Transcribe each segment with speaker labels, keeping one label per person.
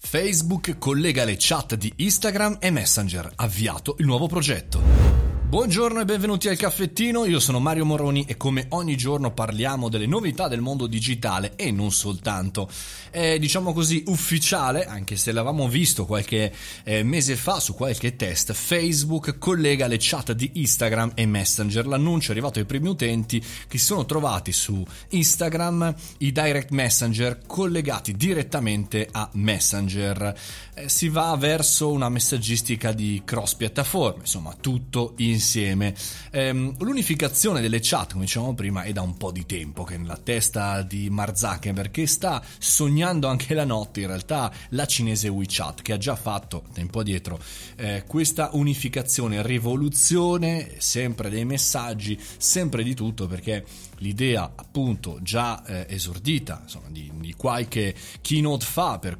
Speaker 1: Facebook collega le chat di Instagram e Messenger, avviato il nuovo progetto. Buongiorno e benvenuti al caffettino, io sono Mario Moroni e come ogni giorno parliamo delle novità del mondo digitale e non soltanto. È diciamo così ufficiale, anche se l'avevamo visto qualche mese fa su qualche test, Facebook collega le chat di Instagram e Messenger. L'annuncio è arrivato ai primi utenti che si sono trovati su Instagram i direct messenger collegati direttamente a Messenger. Si va verso una messaggistica di cross piattaforme, insomma tutto insieme. L'unificazione delle chat, come dicevamo prima, è da un po' di tempo che è nella testa di Mark Zuckerberg, che sta sognando anche la notte in realtà la cinese WeChat, che ha già fatto tempo addietro questa unificazione, rivoluzione sempre dei messaggi, sempre di tutto, perché l'idea appunto già esordita insomma di qualche keynote fa per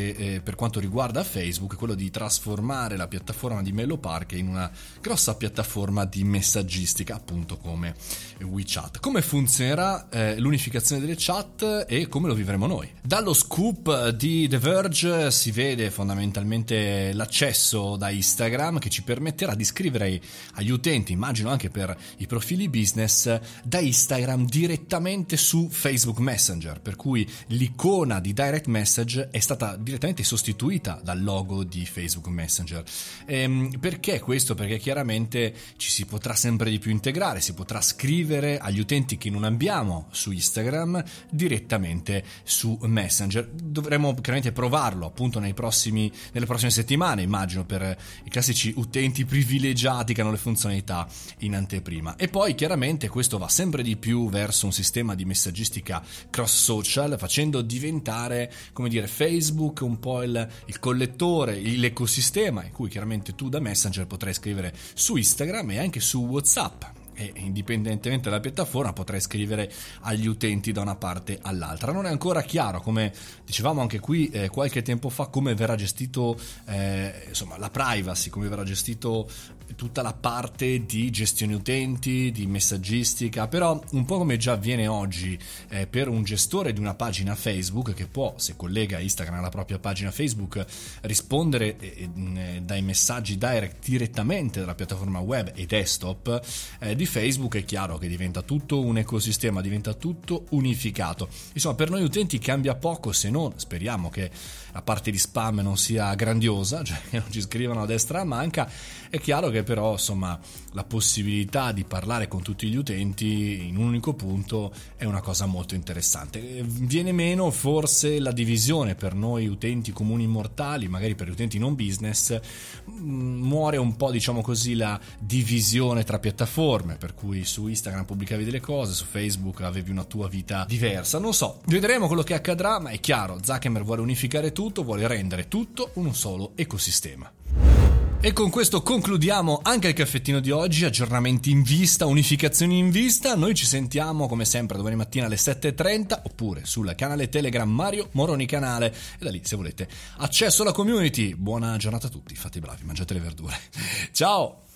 Speaker 1: quanto riguarda Facebook è quello di trasformare la piattaforma di Menlo Park in una grossa piattaforma di messaggistica appunto come WeChat. Come funzionerà l'unificazione delle chat e come lo vivremo noi? Dallo scoop di The Verge si vede fondamentalmente l'accesso da Instagram che ci permetterà di scrivere agli utenti, immagino anche per i profili business, da Instagram direttamente su Facebook Messenger, per cui l'icona di direct message è stata direttamente sostituita dal logo di Facebook Messenger. Perché questo? Perché chiaramente ci si potrà sempre di più integrare, si potrà scrivere agli utenti che non abbiamo su Instagram direttamente su Messenger. Dovremo chiaramente provarlo appunto nelle prossime settimane, immagino, per i classici utenti privilegiati che hanno le funzionalità in anteprima. E poi chiaramente questo va sempre di più verso un sistema di messaggistica cross social, facendo diventare, come dire, Facebook un po' il collettore, l'ecosistema in cui chiaramente tu da Messenger potrai scrivere su Instagram e anche su WhatsApp. E indipendentemente dalla piattaforma potrai scrivere agli utenti da una parte all'altra. Non è ancora chiaro, come dicevamo anche qui qualche tempo fa, come verrà gestito la privacy, come verrà gestito tutta la parte di gestione utenti, di messaggistica, però un po' come già avviene oggi per un gestore di una pagina Facebook che può, se collega Instagram alla propria pagina Facebook, rispondere dai messaggi direct direttamente dalla piattaforma web e desktop di Facebook. È chiaro che diventa tutto un ecosistema, diventa tutto unificato. Insomma, per noi utenti cambia poco, se non speriamo che la parte di spam non sia grandiosa, cioè che non ci scrivano a destra a manca. È chiaro che però insomma la possibilità di parlare con tutti gli utenti in un unico punto è una cosa molto interessante. Viene meno forse la divisione per noi utenti comuni mortali, magari per gli utenti non business muore un po', diciamo così, la divisione tra piattaforme, per cui su Instagram pubblicavi delle cose, su Facebook avevi una tua vita diversa. Non so, vedremo quello che accadrà, ma è chiaro, Zuckerberg vuole unificare tutto, vuole rendere tutto un solo ecosistema. E con questo concludiamo anche il caffettino di oggi, aggiornamenti in vista, unificazioni in vista. Noi ci sentiamo come sempre domani mattina alle 7:30 oppure sul canale Telegram Mario Moroni Canale e da lì se volete accesso alla community. Buona giornata a tutti, fate i bravi, mangiate le verdure. Ciao!